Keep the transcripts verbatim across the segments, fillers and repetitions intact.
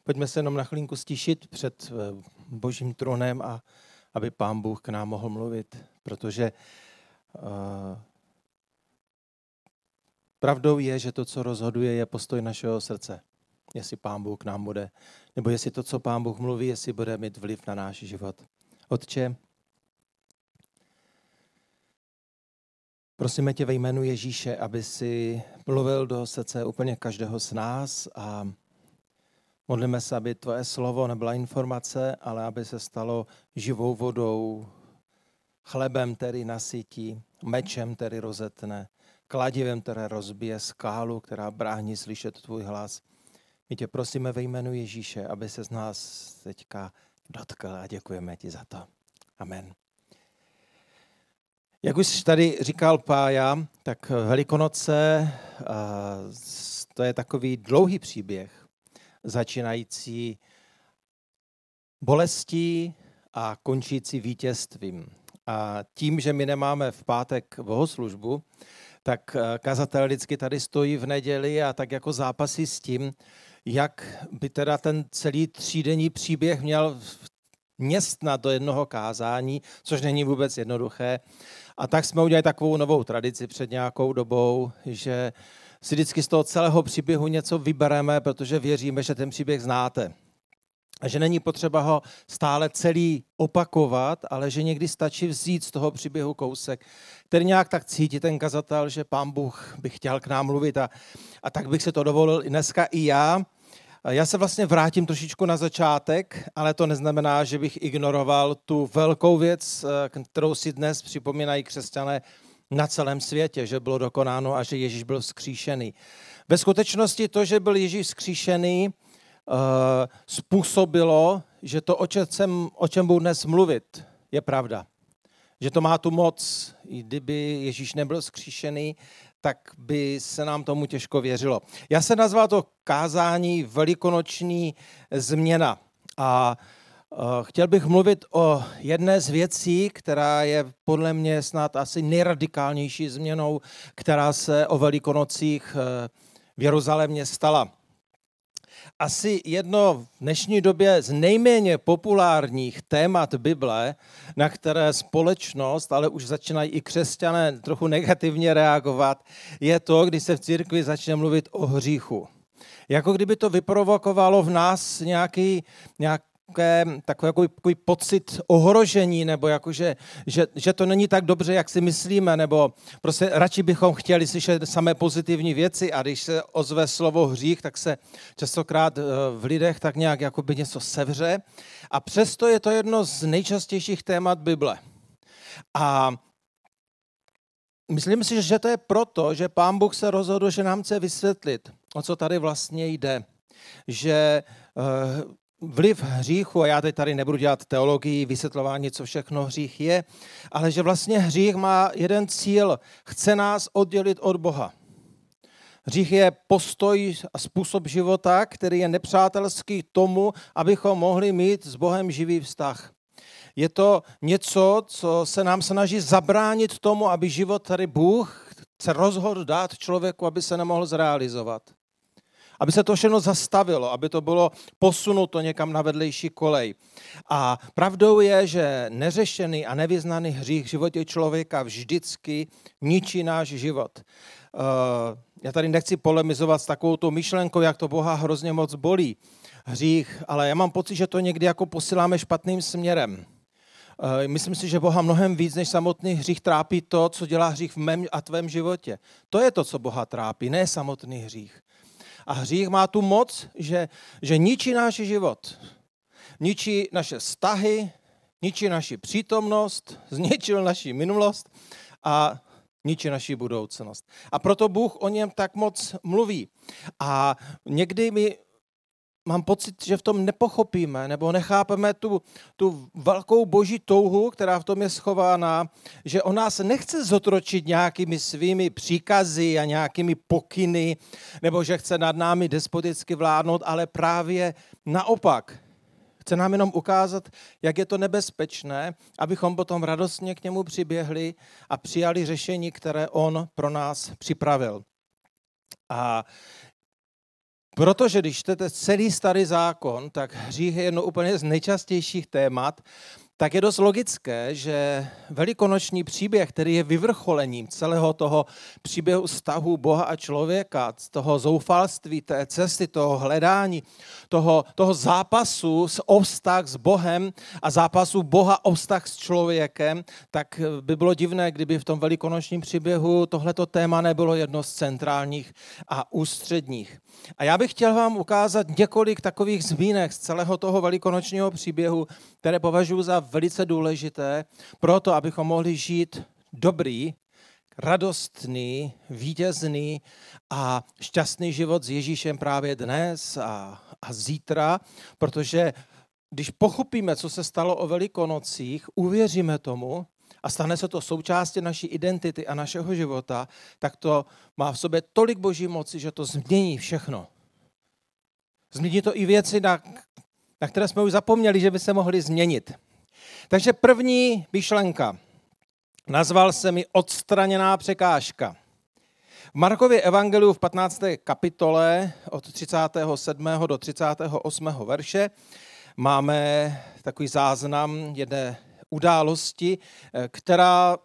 Pojďme se jenom na chvilinku stišit před Božím trůnem a aby Pán Bůh k nám mohl mluvit, protože uh, pravdou je, že to, co rozhoduje, je postoj našeho srdce. Jestli Pán Bůh k nám bude, nebo jestli to, co Pán Bůh mluví, jestli bude mít vliv na náš život. Otče, prosíme tě ve jménu Ježíše, aby si mluvil do srdce úplně každého z nás a modlíme se, aby tvoje slovo nebyla informace, ale aby se stalo živou vodou, chlebem, který nasytí, mečem, který rozetne, kladivem, které rozbije skálu, která brání slyšet tvůj hlas. My tě prosíme ve jménu Ježíše, aby se z nás teďka dotkl a děkujeme ti za to. Amen. Jak už tady říkal Pája, tak Velikonoce, to je takový dlouhý příběh, začínající bolestí a končící vítězstvím. A tím, že my nemáme v pátek bohoslužbu, tak kazatel vždycky tady stojí v neděli a tak jako zápasí s tím, jak by teda ten celý třídenní příběh měl vměstnat do jednoho kázání, což není vůbec jednoduché. A tak jsme udělali takovou novou tradici před nějakou dobou, že si vždycky z toho celého příběhu něco vybereme, protože věříme, že ten příběh znáte. A že není potřeba ho stále celý opakovat, ale že někdy stačí vzít z toho příběhu kousek, který nějak tak cítí ten kazatel, že Pán Bůh by chtěl k nám mluvit a, a tak bych se to dovolil i dneska i já. Já se vlastně vrátím trošičku na začátek, ale to neznamená, že bych ignoroval tu velkou věc, kterou si dnes připomínají křesťané na celém světě, že bylo dokonáno a že Ježíš byl vzkříšený. Ve skutečnosti to, že byl Ježíš vzkříšený, způsobilo, že to, o čem, o čem budu dnes mluvit, je pravda. Že to má tu moc. I kdyby Ježíš nebyl vzkříšený, tak by se nám tomu těžko věřilo. Já se nazval to kázání Velikonoční změna. A chtěl bych mluvit o jedné z věcí, která je podle mě snad asi nejradikálnější změnou, která se o Velikonocích v Jeruzalémě stala. Asi jedno v dnešní době z nejméně populárních témat Bible, na které společnost, ale už začínají i křesťané trochu negativně reagovat, je to, když se v církvi začne mluvit o hříchu. Jako kdyby to vyprovokovalo v nás nějaký, nějaký takový, takový, takový pocit ohrožení, nebo jako, že, že, že to není tak dobře, jak si myslíme, nebo prostě radši bychom chtěli slyšet samé pozitivní věci a když se ozve slovo hřích, tak se častokrát v lidech tak nějak jakoby něco sevře a přesto je to jedno z nejčastějších témat Bible. A myslím si, že to je proto, že Pán Bůh se rozhodl, že nám chce vysvětlit, o co tady vlastně jde, že vliv hříchu, a já teď tady nebudu dělat teologii, vysvětlování, co všechno hřích je, ale že vlastně hřích má jeden cíl, chce nás oddělit od Boha. Hřích je postoj a způsob života, který je nepřátelský tomu, abychom mohli mít s Bohem živý vztah. Je to něco, co se nám snaží zabránit tomu, aby život tady Bůh se rozhodl dát člověku, aby se nemohl zrealizovat. Aby se to všechno zastavilo, aby to bylo posunuto někam na vedlejší kolej. A pravdou je, že neřešený a nevyznaný hřích v životě člověka vždycky ničí náš život. Já tady nechci polemizovat s takovou tou myšlenkou, jak to Boha hrozně moc bolí hřích, ale já mám pocit, že to někdy jako posíláme špatným směrem. Myslím si, že Boha mnohem víc než samotný hřích trápí to, co dělá hřích v mém a tvém životě. To je to, co Boha trápí, ne samotný hřích. A hřích má tu moc, že, že ničí náš život, ničí naše vztahy, ničí naši přítomnost, zničil naši minulost a ničí naši budoucnost. A proto Bůh o něm tak moc mluví. A někdy my mám pocit, že v tom nepochopíme nebo nechápeme tu, tu velkou boží touhu, která v tom je schována, že on nás nechce zotročit nějakými svými příkazy a nějakými pokyny, nebo že chce nad námi despoticky vládnout, ale právě naopak. Chce nám jenom ukázat, jak je to nebezpečné, abychom potom radostně k němu přiběhli a přijali řešení, které on pro nás připravil. A Protože když čtete celý starý zákon, tak hřích je jedno úplně z nejčastějších témat, tak je dost logické, že velikonoční příběh, který je vyvrcholením celého toho příběhu vztahu Boha a člověka, z toho zoufalství, té cesty, toho hledání, toho, toho zápasu s o vztah s Bohem a zápasu Boha o vztah s člověkem, tak by bylo divné, kdyby v tom velikonočním příběhu tohleto téma nebylo jedno z centrálních a ústředních. A já bych chtěl vám ukázat několik takových zmínek z celého toho velikonočního příběhu, které považuji za velice důležité pro to, abychom mohli žít dobrý, radostný, vítězný a šťastný život s Ježíšem právě dnes a, a zítra, protože když pochopíme, co se stalo o Velikonocích, uvěříme tomu a stane se to součástí naší identity a našeho života, tak to má v sobě tolik boží moci, že to změní všechno. Změní to i věci, na, na které jsme už zapomněli, že by se mohly změnit. Takže první myšlenka. Nazval jsem ji odstraněná překážka. V Markově evangeliu v patnácté kapitole od třicátého sedmého do třicátého osmého verše máme takový záznam jedné události, která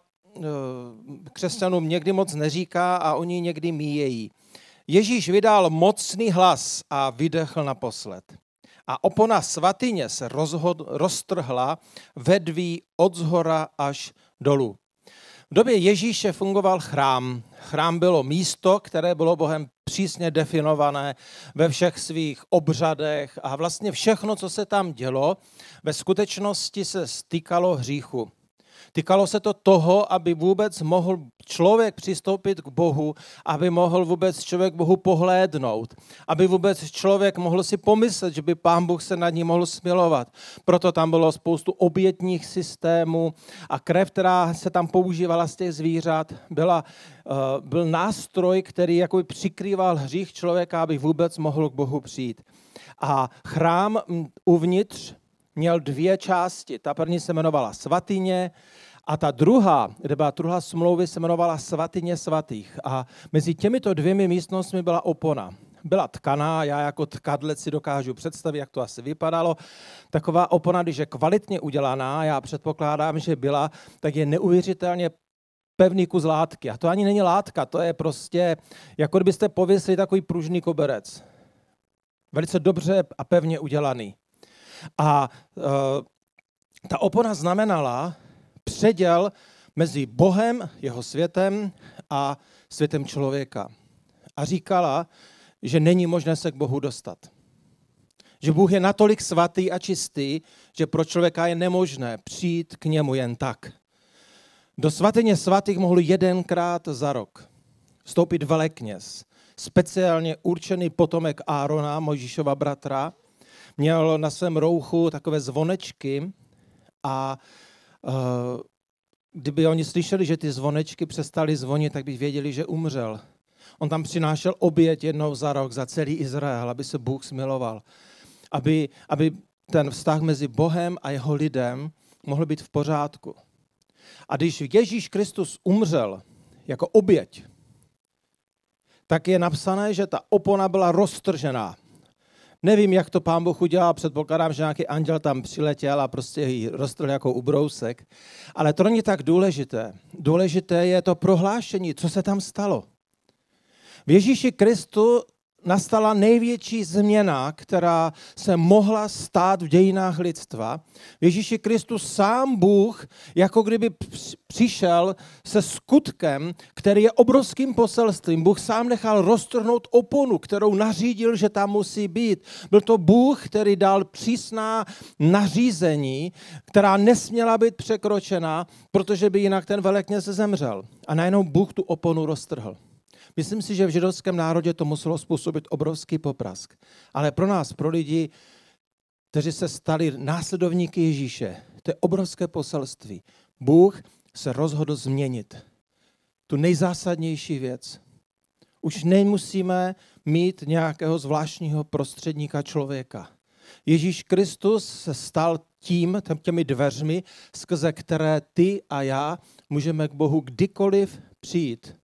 křesťanům někdy moc neříká a oni někdy míjejí. Ježíš vydal mocný hlas a vydechl naposled. A opona svatyně se rozhod, roztrhla vedví od zhora až dolů. V době Ježíše fungoval chrám. Chrám bylo místo, které bylo Bohem přísně definované ve všech svých obřadech a vlastně všechno, co se tam dělo, ve skutečnosti se stýkalo hříchu. Týkalo se to toho, aby vůbec mohl člověk přistoupit k Bohu, aby mohl vůbec člověk Bohu pohlédnout, aby vůbec člověk mohl si pomyslet, že by Pán Bůh se nad ním mohl smilovat. Proto tam bylo spoustu obětních systémů a krev, která se tam používala z těch zvířat, byla, byl nástroj, který jakoby přikrýval hřích člověka, aby vůbec mohl k Bohu přijít. A chrám uvnitř měl dvě části. Ta první se jmenovala svatyně a ta druhá, kde byla druhá smlouvy, se jmenovala svatyně svatých. A mezi těmito dvěmi místnostmi byla opona. Byla tkaná, já jako tkadlec si dokážu představit, jak to asi vypadalo. Taková opona, když je kvalitně udělaná, já předpokládám, že byla, tak je neuvěřitelně pevný kus látky. A to ani není látka, to je prostě, jako kdybyste pověsili takový pružný koberec. Velice dobře a pevně udělaný. A uh, ta opona znamenala předěl mezi Bohem, jeho světem a světem člověka. A říkala, že není možné se k Bohu dostat. Že Bůh je natolik svatý a čistý, že pro člověka je nemožné přijít k němu jen tak. Do svatyně svatých mohl jedenkrát za rok vstoupit velekněz, speciálně určený potomek Árona, Mojžíšova bratra. Měl na svém rouchu takové zvonečky a uh, kdyby oni slyšeli, že ty zvonečky přestaly zvonit, tak by věděli, že umřel. On tam přinášel oběť jednou za rok za celý Izrael, aby se Bůh smiloval. Aby, aby ten vztah mezi Bohem a jeho lidem mohl být v pořádku. A když Ježíš Kristus umřel jako oběť, tak je napsané, že ta opona byla roztržená. Nevím, jak to Pán Bůh udělal, předpokládám, že nějaký anděl tam přiletěl a prostě ji roztrhl jako ubrousek. Ale to není tak důležité. Důležité je to prohlášení, co se tam stalo. V Ježíši Kristu nastala největší změna, která se mohla stát v dějinách lidstva. V Ježíši Kristu sám Bůh, jako kdyby přišel se skutkem, který je obrovským poselstvím. Bůh sám nechal roztrhnout oponu, kterou nařídil, že tam musí být. Byl to Bůh, který dal přísná nařízení, která nesměla být překročena, protože by jinak ten velekněz zemřel. A najednou Bůh tu oponu roztrhl. Myslím si, že v židovském národě to muselo způsobit obrovský poprask. Ale pro nás, pro lidi, kteří se stali následovníky Ježíše, to je obrovské poselství. Bůh se rozhodl změnit tu nejzásadnější věc. Už nemusíme mít nějakého zvláštního prostředníka člověka. Ježíš Kristus se stal tím, těmi dveřmi, skrze které ty a já můžeme k Bohu kdykoliv přijít.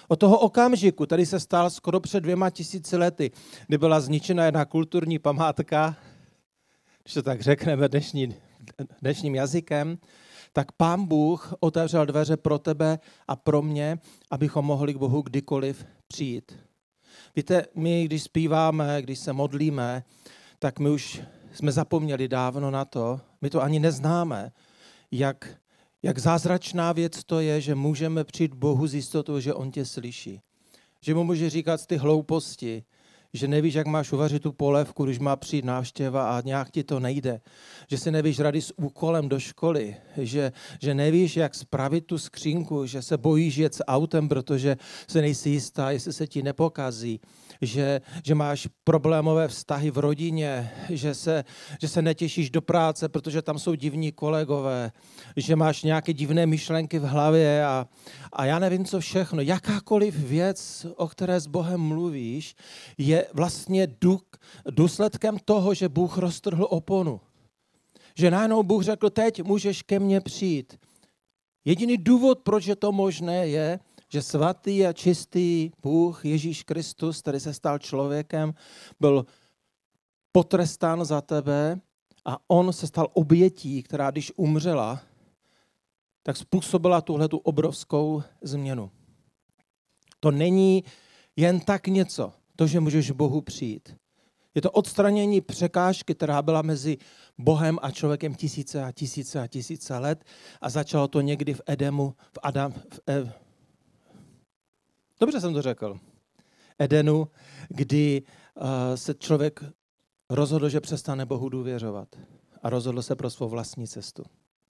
Od toho okamžiku, tady se stal skoro před dvěma tisíci lety, kdy byla zničena jedna kulturní památka, když to tak řekneme dnešní, dnešním jazykem, tak Pán Bůh otevřel dveře pro tebe a pro mě, abychom mohli k Bohu kdykoliv přijít. Víte, my, když zpíváme, když se modlíme, tak my už jsme zapomněli dávno na to, my to ani neznáme, jak, jak zázračná věc to je, že můžeme přijít Bohu s jistotou, že on tě slyší. Že mu může říkat ty hlouposti, že nevíš, jak máš uvařit tu polévku, když má přijít návštěva a nějak ti to nejde. Že si nevíš rady s úkolem do školy, že, že nevíš, jak spravit tu skřínku, že se bojíš jet s autem, protože se nejsi jistá, jestli se ti nepokazí, že, že máš problémové vztahy v rodině, že se, že se netěšíš do práce, protože tam jsou divní kolegové, že máš nějaké divné myšlenky v hlavě a, a já nevím, co všechno. Jakákoliv věc, o které s Bohem mluvíš, je vlastně důsledkem toho, že Bůh roztrhl oponu. Že najednou Bůh řekl, teď můžeš ke mně přijít. Jediný důvod, proč je to možné, je, že svatý a čistý Bůh Ježíš Kristus, který se stal člověkem, byl potrestán za tebe a on se stal obětí, která když umřela, tak způsobila tuhletu obrovskou změnu. To není jen tak něco, to, že můžeš Bohu přijít. Je to odstranění překážky, která byla mezi Bohem a člověkem tisíce a tisíce a tisíce let a začalo to někdy v Edemu, v Adam, v e... Dobře jsem to řekl. Edenu, kdy uh, se člověk rozhodl, že přestane Bohu důvěřovat a rozhodl se pro svou vlastní cestu.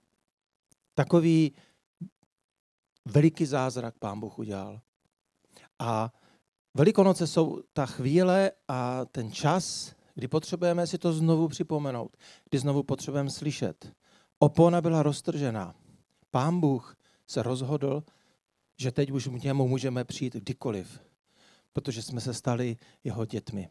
Takový veliký zázrak Pán Bůh udělal. A Velikonoce jsou ta chvíle a ten čas, kdy potřebujeme si to znovu připomenout, kdy znovu potřebujeme slyšet. Opona byla roztržená. Pán Bůh se rozhodl, že teď už k němu můžeme přijít kdykoliv, protože jsme se stali jeho dětmi.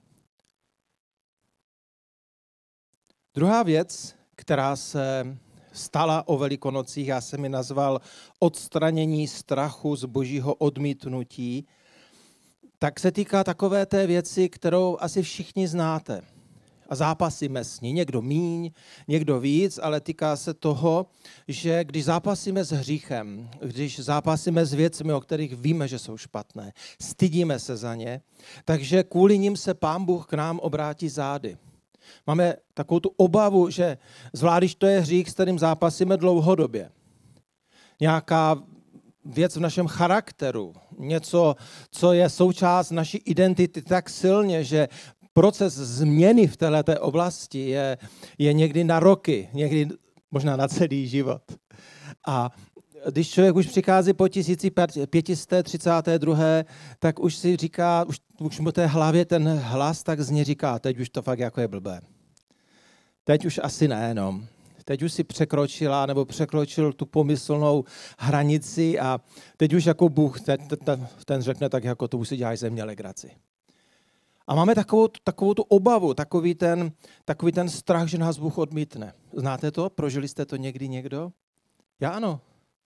Druhá věc, která se stala o Velikonocích, já jsem ji nazval odstranění strachu z božího odmítnutí, tak se týká takové té věci, kterou asi všichni znáte. A zápasíme s ní. Někdo míň, někdo víc, ale týká se toho, že když zápasíme s hříchem, když zápasíme s věcmi, o kterých víme, že jsou špatné, stydíme se za ně, takže kvůli nim se Pán Bůh k nám obrátí zády. Máme takovou tu obavu, že zvlášť to je hřích, s kterým zápasíme dlouhodobě. Nějaká věc v našem charakteru, něco, co je součást naší identity tak silně, že proces změny v této oblasti je, je někdy na roky, někdy možná na celý život. A když člověk už přichází po tisíci pět set třicáté druhé, tak už si říká, už, už mu té hlavě ten hlas tak zně říká, teď už to fakt jako je blbé. Teď už asi ne, no. Teď už si překročila nebo překročil tu pomyslnou hranici a teď už jako Bůh, ten, ten, ten řekne tak, jako to už si děláš ze mě legraci. A máme takovou, takovou tu obavu, takový ten, takový ten strach, že nás Bůh odmítne. Znáte to? Prožili jste to někdy někdo? Já ano.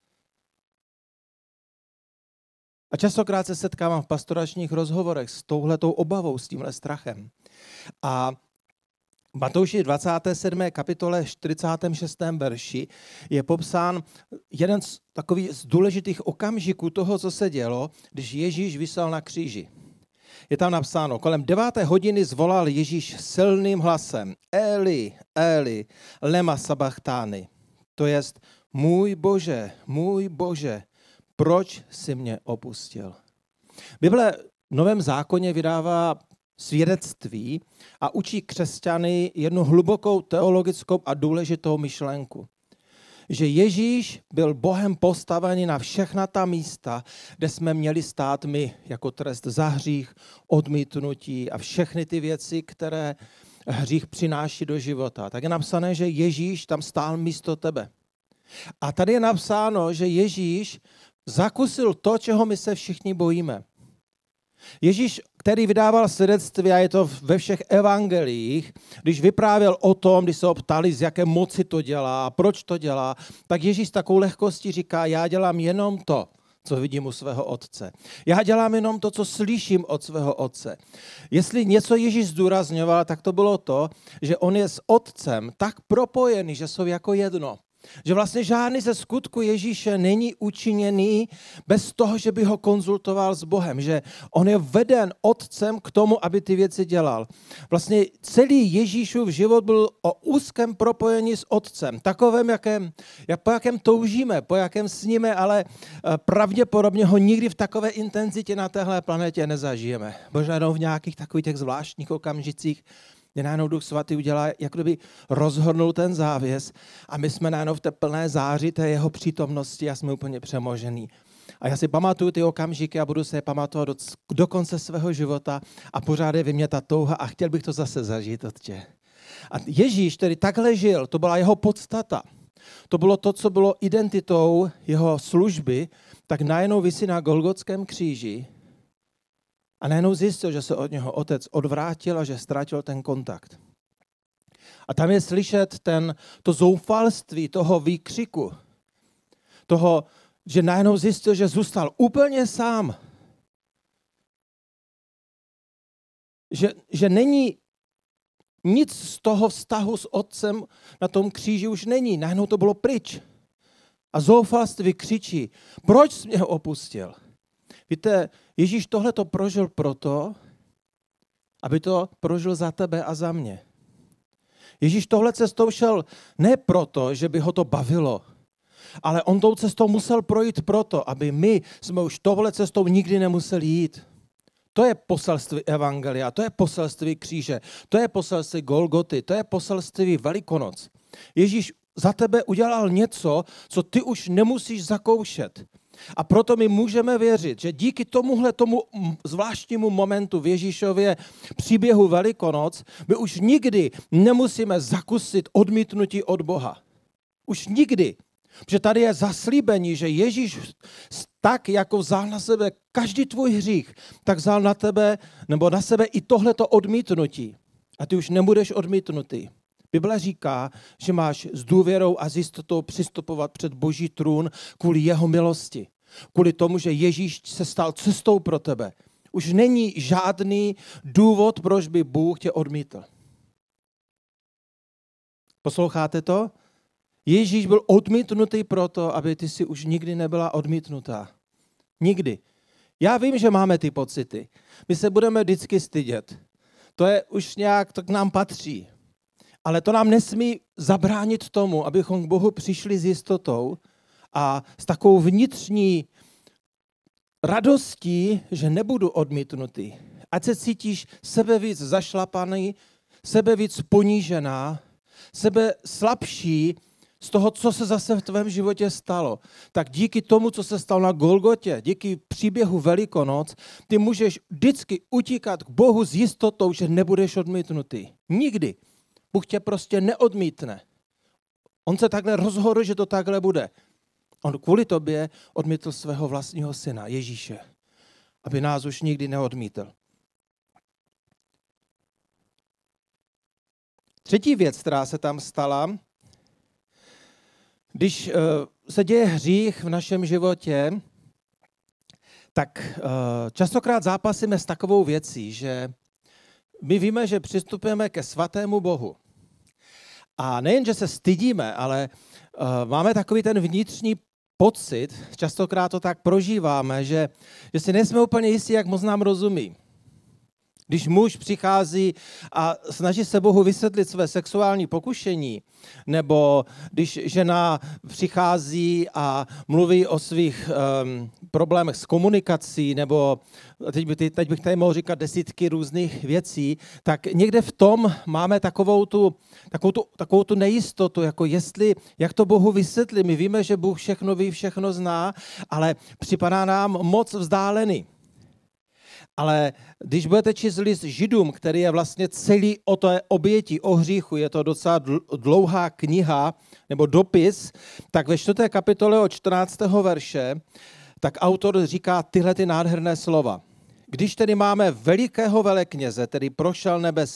A častokrát se setkávám v pastoračních rozhovorech s touhletou obavou, s tímhle strachem. A v Matouši dvacáté sedmé kapitole čtyřicátém šestém verši je popsán jeden z takových z důležitých okamžiků toho, co se dělo, když Ježíš visel na kříži. Je tam napsáno, kolem deváté hodiny zvolal Ježíš silným hlasem Eli, Eli, lema sabachtány. To jest, můj Bože, můj Bože, proč jsi mě opustil? Bible v Novém zákoně vydává svědectví a učí křesťany jednu hlubokou teologickou a důležitou myšlenku. Že Ježíš byl Bohem postavený na všechna ta místa, kde jsme měli stát my jako trest za hřích, odmítnutí a všechny ty věci, které hřích přináší do života. Tak je napsané, že Ježíš tam stál místo tebe. A tady je napsáno, že Ježíš zakusil to, čeho my se všichni bojíme. Ježíš, který vydával svědectví, a je to ve všech evangeliích, když vyprávěl o tom, když se ho ptali, z jaké moci to dělá a proč to dělá, tak Ježíš s takovou lehkostí říká, já dělám jenom to, co vidím u svého otce. Já dělám jenom to, co slyším od svého otce. Jestli něco Ježíš zdůrazňoval, tak to bylo to, že on je s otcem tak propojený, že jsou jako jedno. Že vlastně žádný ze skutku Ježíše není učiněný bez toho, že by ho konzultoval s Bohem. Že on je veden otcem k tomu, aby ty věci dělal. Vlastně celý Ježíšův život byl o úzkém propojení s otcem. Takovém, jakém, jak, po jakém toužíme, po jakém sníme, ale pravděpodobně ho nikdy v takové intenzitě na téhle planetě nezažijeme. Možná jenom v nějakých takových těch zvláštních okamžicích, kde najednou Duch Svatý udělá, jak kdyby rozhodnul ten závěs a my jsme najednou v té plné záři té jeho přítomnosti a jsme úplně přemožený. A já si pamatuju ty okamžiky a budu se je pamatovat do, do konce svého života a pořád je ve mně ta touha a chtěl bych to zase zažít od tě. A Ježíš, který takhle žil, to byla jeho podstata. To bylo to, co bylo identitou jeho služby, tak najednou visí na Golgotském kříži. A najednou zjistil, že se od něho otec odvrátil a že ztratil ten kontakt. A tam je slyšet ten, to zoufalství toho výkřiku. Toho, že najednou zjistil, že zůstal úplně sám. Že, že není nic z toho vztahu s otcem na tom kříži už není. Najednou to bylo pryč. A zoufalství křičí, proč jsi mě opustil? Víte, Ježíš tohle to prožil proto, aby to prožil za tebe a za mě. Ježíš tohle cestou šel ne proto, že by ho to bavilo, ale on tou cestou musel projít proto, aby my jsme už tohle cestou nikdy nemuseli jít. To je poselství evangelia, to je poselství kříže, to je poselství Golgoty, to je poselství Velikonoc. Ježíš za tebe udělal něco, co ty už nemusíš zakoušet. A proto my můžeme věřit, že díky tomuhle tomu zvláštnímu momentu v Ježíšově příběhu Velikonoc my už nikdy nemusíme zakusit odmítnutí od Boha. Už nikdy. Protože tady je zaslíbení, že Ježíš tak, jako vzal na sebe každý tvůj hřích, tak vzal na tebe, nebo na sebe i tohleto odmítnutí. A ty už nebudeš odmítnutý. Bible říká, že máš s důvěrou a s jistotou přistupovat před Boží trůn kvůli jeho milosti. Kvůli tomu, že Ježíš se stal cestou pro tebe. Už není žádný důvod, proč by Bůh tě odmítl. Posloucháte to? Ježíš byl odmítnutý proto, aby ty si už nikdy nebyla odmítnutá. Nikdy. Já vím, že máme ty pocity. My se budeme vždycky stydět. To je už nějak, to k nám patří. Ale to nám nesmí zabránit tomu, abychom k Bohu přišli s jistotou a s takovou vnitřní radostí, že nebudu odmítnutý. Ať se cítíš sebe víc zašlapaný, sebe víc ponížená, sebe slabší z toho, co se zase v tvém životě stalo. Tak díky tomu, co se stalo na Golgotě, díky příběhu Velikonoc, ty můžeš vždycky utíkat k Bohu s jistotou, že nebudeš odmítnutý. Nikdy. Bůh tě prostě neodmítne. On se takhle rozhodl, že to takhle bude. On kvůli tobě odmítl svého vlastního syna, Ježíše, aby nás už nikdy neodmítl. Třetí věc, která se tam stala, když se děje hřích v našem životě, tak častokrát zápasíme s takovou věcí, že my víme, že přistupujeme ke svatému Bohu. A nejen, že se stydíme, ale uh, máme takový ten vnitřní pocit, častokrát to tak prožíváme, že, že si nejsme úplně jistí, jak moc nám rozumí. Když muž přichází a snaží se Bohu vysvětlit své sexuální pokušení, nebo když žena přichází a mluví o svých um, problémech s komunikací, nebo teď, by, teď bych tady mohl říkat desítky různých věcí, tak někde v tom máme takovou tu, takovou tu, takovou tu nejistotu, jako jestli, jak to Bohu vysvětlit. My víme, že Bůh všechno ví, všechno zná, ale připadá nám moc vzdálený. Ale když budete číst list Židům, který je vlastně celý o té oběti, o hříchu, je to docela dlouhá kniha nebo dopis, tak ve čtvrté kapitole od čtrnáctého verše, tak autor říká tyhle ty nádherné slova. Když tedy máme velikého velekněze, který prošel nebesy,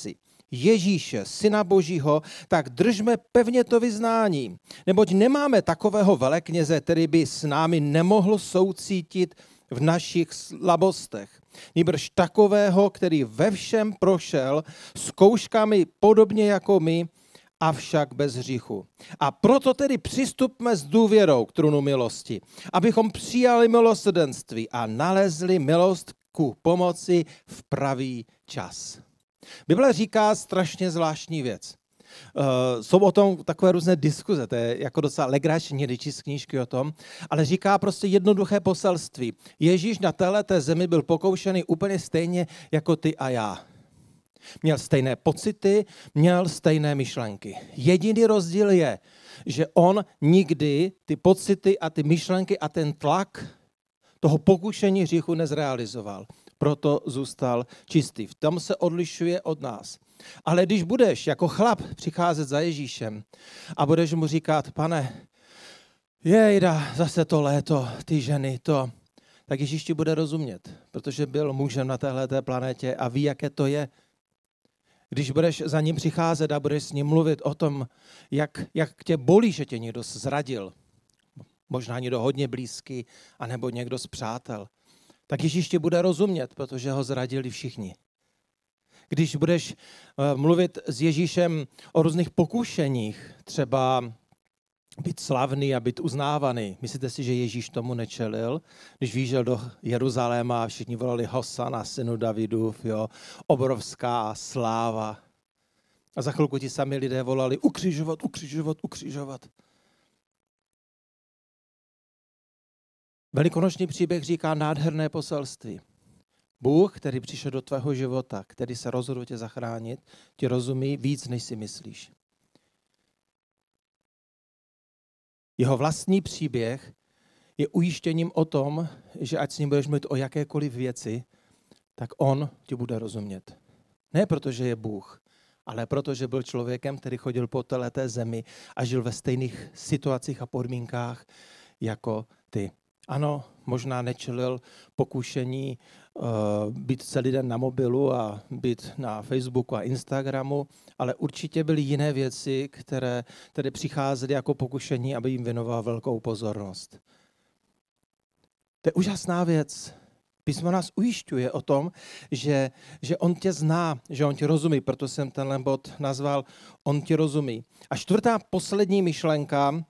Ježíše, Syna Božího, tak držme pevně to vyznání. Neboť nemáme takového velekněze, který by s námi nemohl soucítit v našich slabostech. Nýbrž takového, který ve všem prošel zkouškami podobně jako my, avšak bez hříchu. A proto tedy přistupme s důvěrou k trůnu milosti, abychom přijali milosrdenství a nalezli milost ku pomoci v pravý čas. Bible říká strašně zvláštní věc. Uh, jsou o tom takové různé diskuze, to je jako docela legrační, když číst knížky o tom, ale říká prostě jednoduché poselství. Ježíš na téhleté zemi byl pokoušený úplně stejně jako ty a já. Měl stejné pocity, měl stejné myšlenky. Jediný rozdíl je, že on nikdy ty pocity a ty myšlenky a ten tlak toho pokušení hříchu nezrealizoval. Proto zůstal čistý. V tom se odlišuje od nás. Ale když budeš jako chlap přicházet za Ježíšem a budeš mu říkat, pane, jejda, zase to léto, ty ženy, to, tak Ježíš ti bude rozumět, protože byl mužem na téhleté planetě a ví, jaké to je. Když budeš za ním přicházet a budeš s ním mluvit o tom, jak, jak tě bolí, že tě někdo zradil, možná někdo hodně blízký, anebo někdo z přátel, tak Ježíš ti bude rozumět, protože ho zradili všichni. Když budeš mluvit s Ježíšem o různých pokušeních, třeba být slavný a být uznávaný. Myslíte si, že Ježíš tomu nečelil? Když výšel do Jeruzaléma a všichni volali Hosana, synu Davidův, jo, obrovská sláva. A za chvilku ti sami lidé volali ukřižovat, ukřižovat, ukřižovat. Velikonoční příběh říká nádherné poselství. Bůh, který přišel do tvého života, který se rozhodl tě zachránit, ti rozumí víc, než si myslíš. Jeho vlastní příběh je ujištěním o tom, že ať s ním budeš mluvit o jakékoliv věci, tak on ti bude rozumět. Ne protože je Bůh, ale protože byl člověkem, který chodil po této zemi a žil ve stejných situacích a podmínkách jako ty. Ano, možná nečelil pokušení uh, být celý den na mobilu a být na Facebooku a Instagramu, ale určitě byly jiné věci, které, které přicházely jako pokušení, aby jim věnoval velkou pozornost. To je úžasná věc. Písmo nás ujišťuje o tom, že, že on tě zná, že on tě rozumí, proto jsem tenhle bod nazval On tě rozumí. A čtvrtá poslední myšlenka.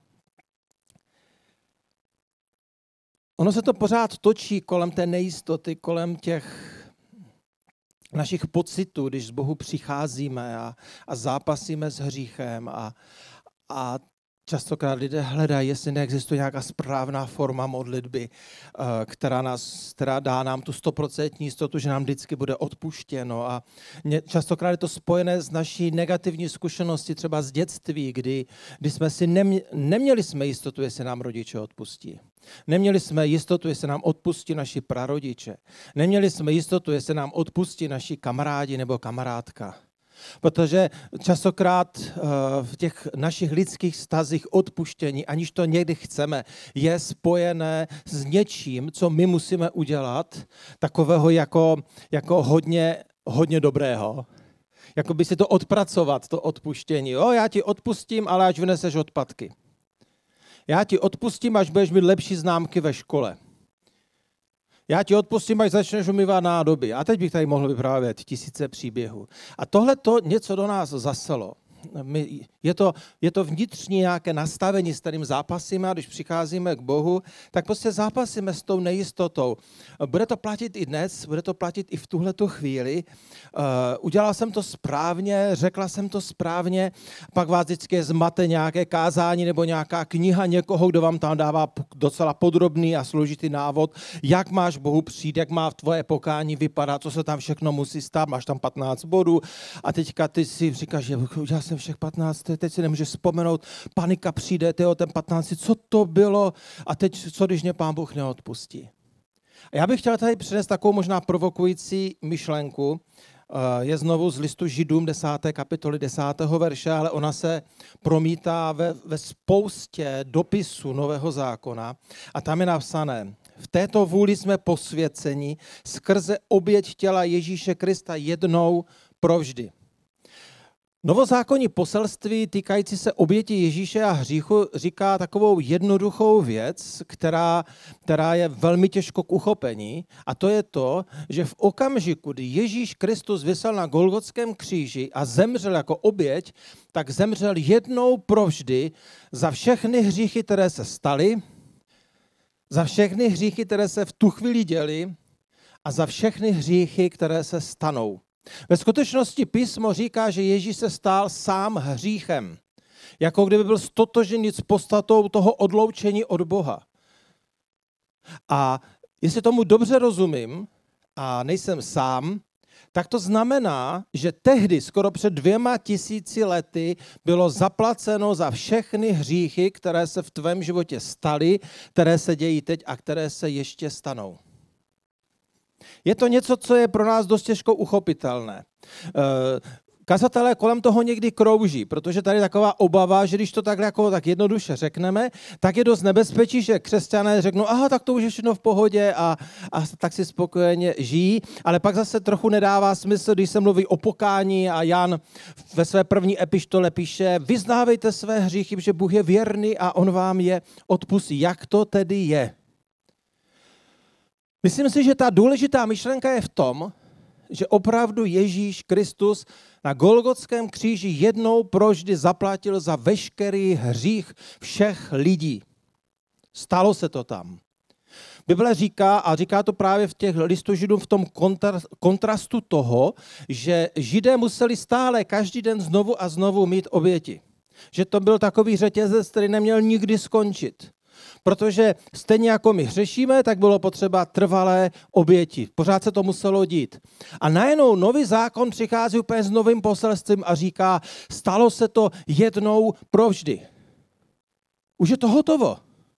Ono se to pořád točí kolem té nejistoty, kolem těch našich pocitů, když z Bohu přicházíme a, a zápasíme s hříchem a, a častokrát lidé hledají, jestli neexistuje nějaká správná forma modlitby, která, nás, která dá nám tu stoprocentní jistotu, že nám vždycky bude odpuštěno. A častokrát je to spojené s naší negativní zkušeností, třeba z dětství, kdy, kdy jsme si nemě, neměli jsme jistotu, jestli nám rodiče odpustí. Neměli jsme jistotu, jestli nám odpustí naši prarodiče. Neměli jsme jistotu, jestli nám odpustí naši kamarádi nebo kamarádka. Protože častokrát v těch našich lidských vztazích odpuštění, aniž to někdy chceme, je spojené s něčím, co my musíme udělat, takového jako, jako hodně, hodně dobrého. Jako by si to odpracovat, to odpuštění. Jo, já ti odpustím, ale až vyneseš odpadky. Já ti odpustím, až budeš mít lepší známky ve škole. Já ti odpustím, až začneš umývat nádoby. A teď bych tady mohl vyprávět tisíce příběhů. A tohle to něco do nás zaselo. My, je, to, je to vnitřní nějaké nastavení, s kterým zápasíme, a když přicházíme k Bohu, tak prostě zápasíme s tou nejistotou. Bude to platit i dnes, bude to platit i v tuhletu chvíli. Uh, udělal jsem to správně, řekla jsem to správně, pak vás vždycky zmate nějaké kázání nebo nějaká kniha někoho, kdo vám tam dává docela podrobný a složitý návod, jak máš Bohu přijít, jak má tvoje pokání vypadat, co se tam všechno musí stát, máš tam patnáct bodů a teďka ty si říkáš, že udělal jsem všech patnáct, teď si nemůžeš vzpomenout, panika přijde, tyjo, ten patnáct, co to bylo a teď co, když mě Pán Bůh neodpustí. A já bych chtěl tady přinést takovou možná provokující myšlenku, je znovu z listu Židům desáté kapitoly desátého verše, ale ona se promítá ve, ve spoustě dopisů Nového zákona a tam je napsané: v této vůli jsme posvěceni skrze oběť těla Ježíše Krista jednou provždy. Novozákonní poselství týkající se oběti Ježíše a hříchu říká takovou jednoduchou věc, která, která je velmi těžko k uchopení, a to je to, že v okamžiku, kdy Ježíš Kristus visel na Golgotském kříži a zemřel jako oběť, tak zemřel jednou provždy za všechny hříchy, které se staly, za všechny hříchy, které se v tu chvíli děly a za všechny hříchy, které se stanou. Ve skutečnosti písmo říká, že Ježíš se stal sám hříchem, jako kdyby byl stotožený s podstatou toho odloučení od Boha. A jestli tomu dobře rozumím a nejsem sám, tak to znamená, že tehdy, skoro před dvěma tisíci lety, bylo zaplaceno za všechny hříchy, které se v tvém životě staly, které se dějí teď a které se ještě stanou. Je to něco, co je pro nás dost těžko uchopitelné. Kazatelé kolem toho někdy krouží, protože tady je taková obava, že když to takhle jako tak jednoduše řekneme, tak je dost nebezpečí, že křesťané řeknou, aha, tak to už je všechno v pohodě a, a tak si spokojeně žijí, ale pak zase trochu nedává smysl, když se mluví o pokání a Jan ve své první epištole píše, vyznávejte své hříchy, že Bůh je věrný a on vám je odpustí. Jak to tedy je? Myslím si, že ta důležitá myšlenka je v tom, že opravdu Ježíš Kristus na Golgotském kříži jednou provždy zaplatil za veškerý hřích všech lidí. Stalo se to tam. Bible říká, a říká to právě v těch listu Židům v tom kontrastu toho, že Židé museli stále každý den znovu a znovu mít oběti. Že to byl takový řetězec, který neměl nikdy skončit. Protože stejně jako my hřešíme, tak bylo potřeba trvalé oběti. Pořád se to muselo dít. A najednou nový zákon přichází úplně s novým poselstvím a říká, stalo se to jednou provždy. Už je to hotovo.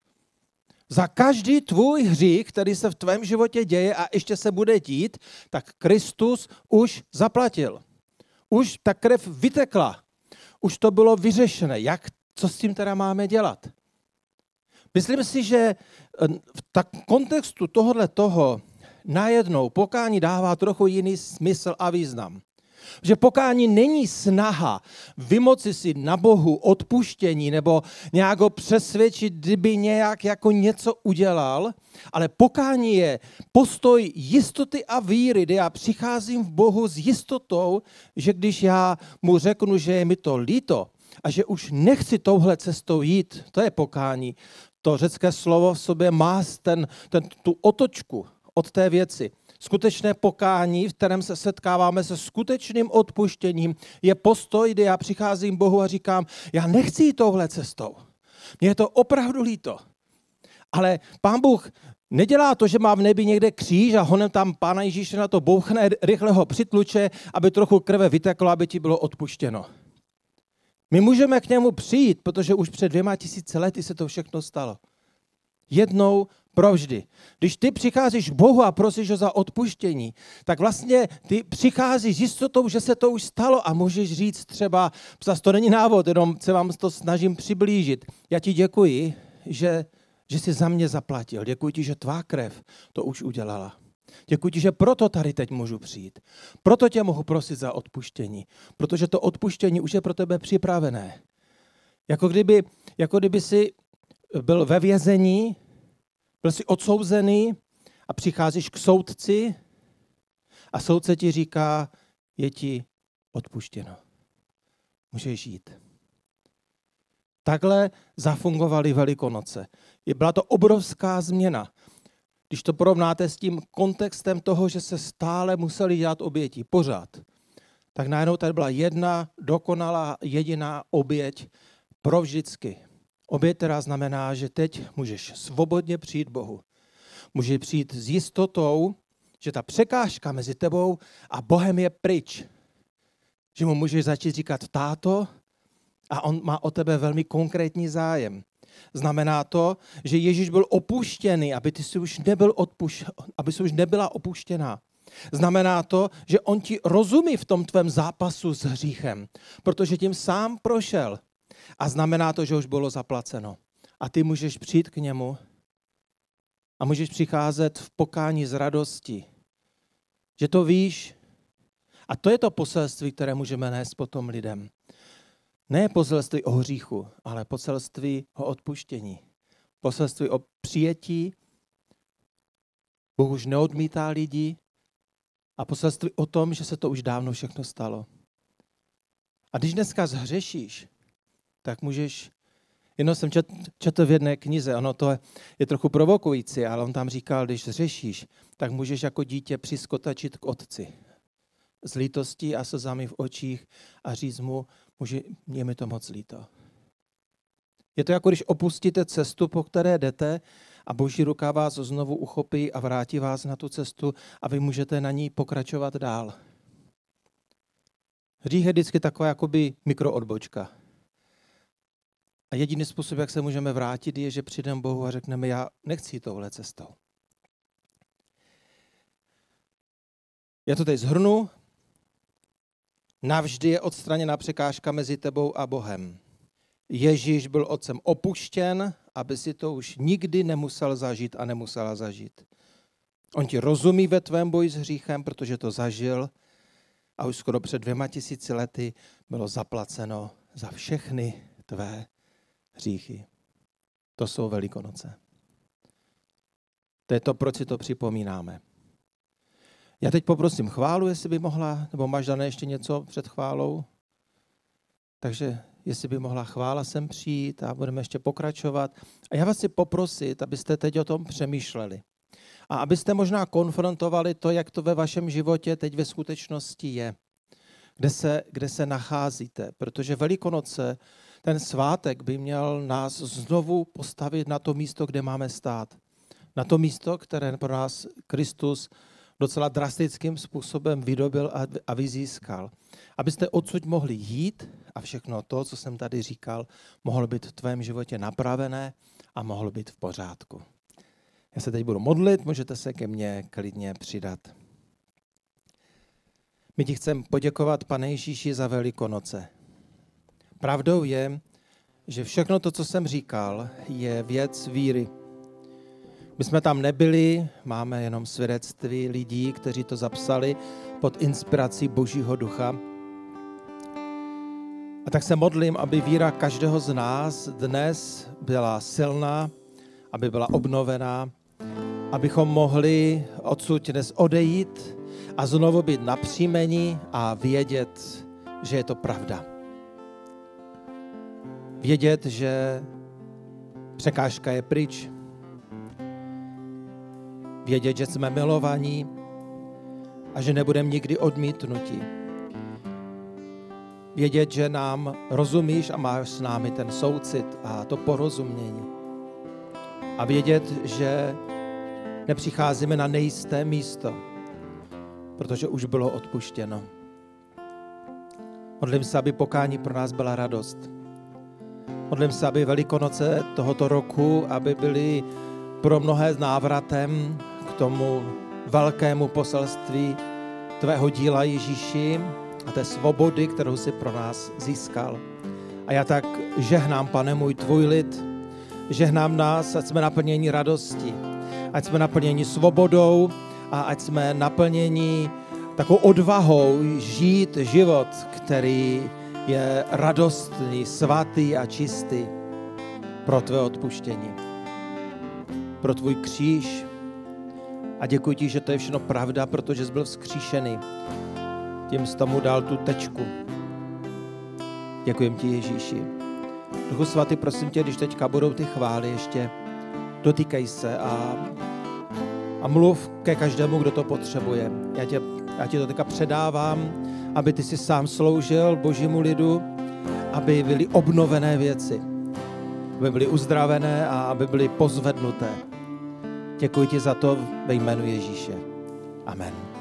Za každý tvůj hřích, který se v tvém životě děje a ještě se bude dít, tak Kristus už zaplatil. Už ta krev vytekla. Už to bylo vyřešené. Jak, co s tím teda máme dělat? Myslím si, že v tak kontextu tohohle toho najednou pokání dává trochu jiný smysl a význam. Že pokání není snaha vymoci si na Bohu odpuštění nebo nějak ho přesvědčit, kdyby nějak jako něco udělal, ale pokání je postoj jistoty a víry, kdy já přicházím v Bohu s jistotou, že když já mu řeknu, že je mi to líto a že už nechci touhle cestou jít, to je pokání. To řecké slovo v sobě má ten, ten, tu otočku od té věci. Skutečné pokání, v kterém se setkáváme se skutečným odpuštěním, je postoj, kdy já přicházím Bohu a říkám, já nechci jít touhle cestou. Mně je to opravdu líto. Ale Pán Bůh nedělá to, že má v nebi někde kříž a honem tam Pána Ježíše na to bouchne, rychle ho přitluče, aby trochu krve vyteklo, aby ti bylo odpuštěno. My můžeme k němu přijít, protože už před dvěma tisíci lety se to všechno stalo. Jednou provždy. Když ty přicházíš k Bohu a prosíš ho za odpuštění, tak vlastně ty přicházíš s jistotou, že se to už stalo a můžeš říct třeba, zase to není návod, jenom se vám to snažím přiblížit. Já ti děkuji, že, že jsi za mě zaplatil. Děkuji ti, že tvá krev to už udělala. Děkuji ti, že proto tady teď můžu přijít. Proto tě mohu prosit za odpuštění. Protože to odpuštění už je pro tebe připravené. Jako kdyby, jako kdyby jsi byl ve vězení, byl jsi odsouzený a přicházíš k soudci a soudce ti říká, je ti odpuštěno. Můžeš jít. Takhle zafungovaly Velikonoce. Byla to obrovská změna. Když to porovnáte s tím kontextem toho, že se stále museli dělat oběti, pořád, tak najednou tady byla jedna dokonalá jediná oběť provždycky. Oběť, která znamená, že teď můžeš svobodně přijít Bohu. Můžeš přijít s jistotou, že ta překážka mezi tebou a Bohem je pryč. Že mu můžeš začít říkat táto a on má o tebe velmi konkrétní zájem. Znamená to, že Ježíš byl opuštěný, aby ty si už nebyl odpuš, aby si už nebyla opuštěná. Znamená to, že on ti rozumí v tom tvém zápasu s hříchem, protože tím sám prošel. A znamená to, že už bylo zaplaceno. A ty můžeš přijít k němu a můžeš přicházet v pokání z radosti, že to víš A to je to poselství, které můžeme nést potom lidem. Ne poselství o hříchu, ale poselství o odpuštění. Poselství o přijetí. Bůh už neodmítá lidi. A poselství o tom, že se to už dávno všechno stalo. A když dneska zhřešíš, tak můžeš, jenom jsem čet, četl v jedné knize, ono to je trochu provokující, ale on tam říkal, když zhřešíš, tak můžeš jako dítě přiskotačit k otci. S lítostí a slzami v očích a říct mu, může, je mi to moc líto. Je to jako když opustíte cestu, po které jdete a Boží ruka vás znovu uchopí a vrátí vás na tu cestu a vy můžete na ní pokračovat dál. Hřích je vždycky taková jakoby mikroodbočka. A jediný způsob, jak se můžeme vrátit, je, že přijdeme Bohu a řekneme, já nechci jít touhle cestou. Já to teď shrnu. Navždy je odstraněna překážka mezi tebou a Bohem. Ježíš byl otcem opuštěn, aby si to už nikdy nemusel zažít a nemusela zažít. On ti rozumí ve tvém boji s hříchem, protože to zažil a už skoro před dvěma tisíci lety bylo zaplaceno za všechny tvé hříchy. To jsou Velikonoce. To je to, proč si to připomínáme. Já teď poprosím chválu, jestli by mohla, nebo máš dané ještě něco před chválou? Takže jestli by mohla chvála sem přijít a budeme ještě pokračovat. A já vás chci poprosit, abyste teď o tom přemýšleli. A abyste možná konfrontovali to, jak to ve vašem životě teď ve skutečnosti je. Kde se, kde se nacházíte. Protože Velikonoce, ten svátek by měl nás znovu postavit na to místo, kde máme stát. Na to místo, které pro nás Kristus docela drastickým způsobem vydobil a vyzískal. Abyste odsud mohli jít a všechno to, co jsem tady říkal, mohlo být v tvém životě napravené a mohlo být v pořádku. Já se teď budu modlit, můžete se ke mně klidně přidat. My ti chceme poděkovat, Pane Ježíši, za Velikonoce. Pravdou je, že všechno to, co jsem říkal, je věc víry. My jsme tam nebyli, máme jenom svědectví lidí, kteří to zapsali pod inspirací Božího ducha. A tak se modlím, aby víra každého z nás dnes byla silná, aby byla obnovená, abychom mohli odsud dnes odejít a znovu být napříjmení a vědět, že je to pravda. Vědět, že překážka je pryč. Vědět, že jsme milovaní a že nebudeme nikdy odmítnutí. Vědět, že nám rozumíš a máš s námi ten soucit a to porozumění. A vědět, že nepřicházíme na nejisté místo, protože už bylo odpuštěno. Modlím se, aby pokání pro nás byla radost. Modlím se, aby Velikonoce tohoto roku, aby byly pro mnohé s návratem k tomu velkému poselství tvého díla, Ježíši, a té svobody, kterou jsi pro nás získal. A já tak žehnám, Pane můj, tvůj lid, žehnám nás, ať jsme naplněni radostí, ať jsme naplněni svobodou a ať jsme naplněni takovou odvahou žít život, který je radostný, svatý a čistý pro tvé odpuštění, pro tvůj kříž. A děkuji ti, že to je všechno pravda, protože jsi byl vzkříšený. Tím jsi tomu dal tu tečku. Děkujem ti, Ježíši. Duchu svatý, prosím tě, když teďka budou ty chvály, ještě dotýkej se a, a mluv ke každému, kdo to potřebuje. Já, tě, já ti to teďka předávám, aby ty si sám sloužil Božímu lidu, aby byly obnovené věci, aby byly uzdravené a aby byly pozvednuté. Děkuji ti za to ve jménu Ježíše. Amen.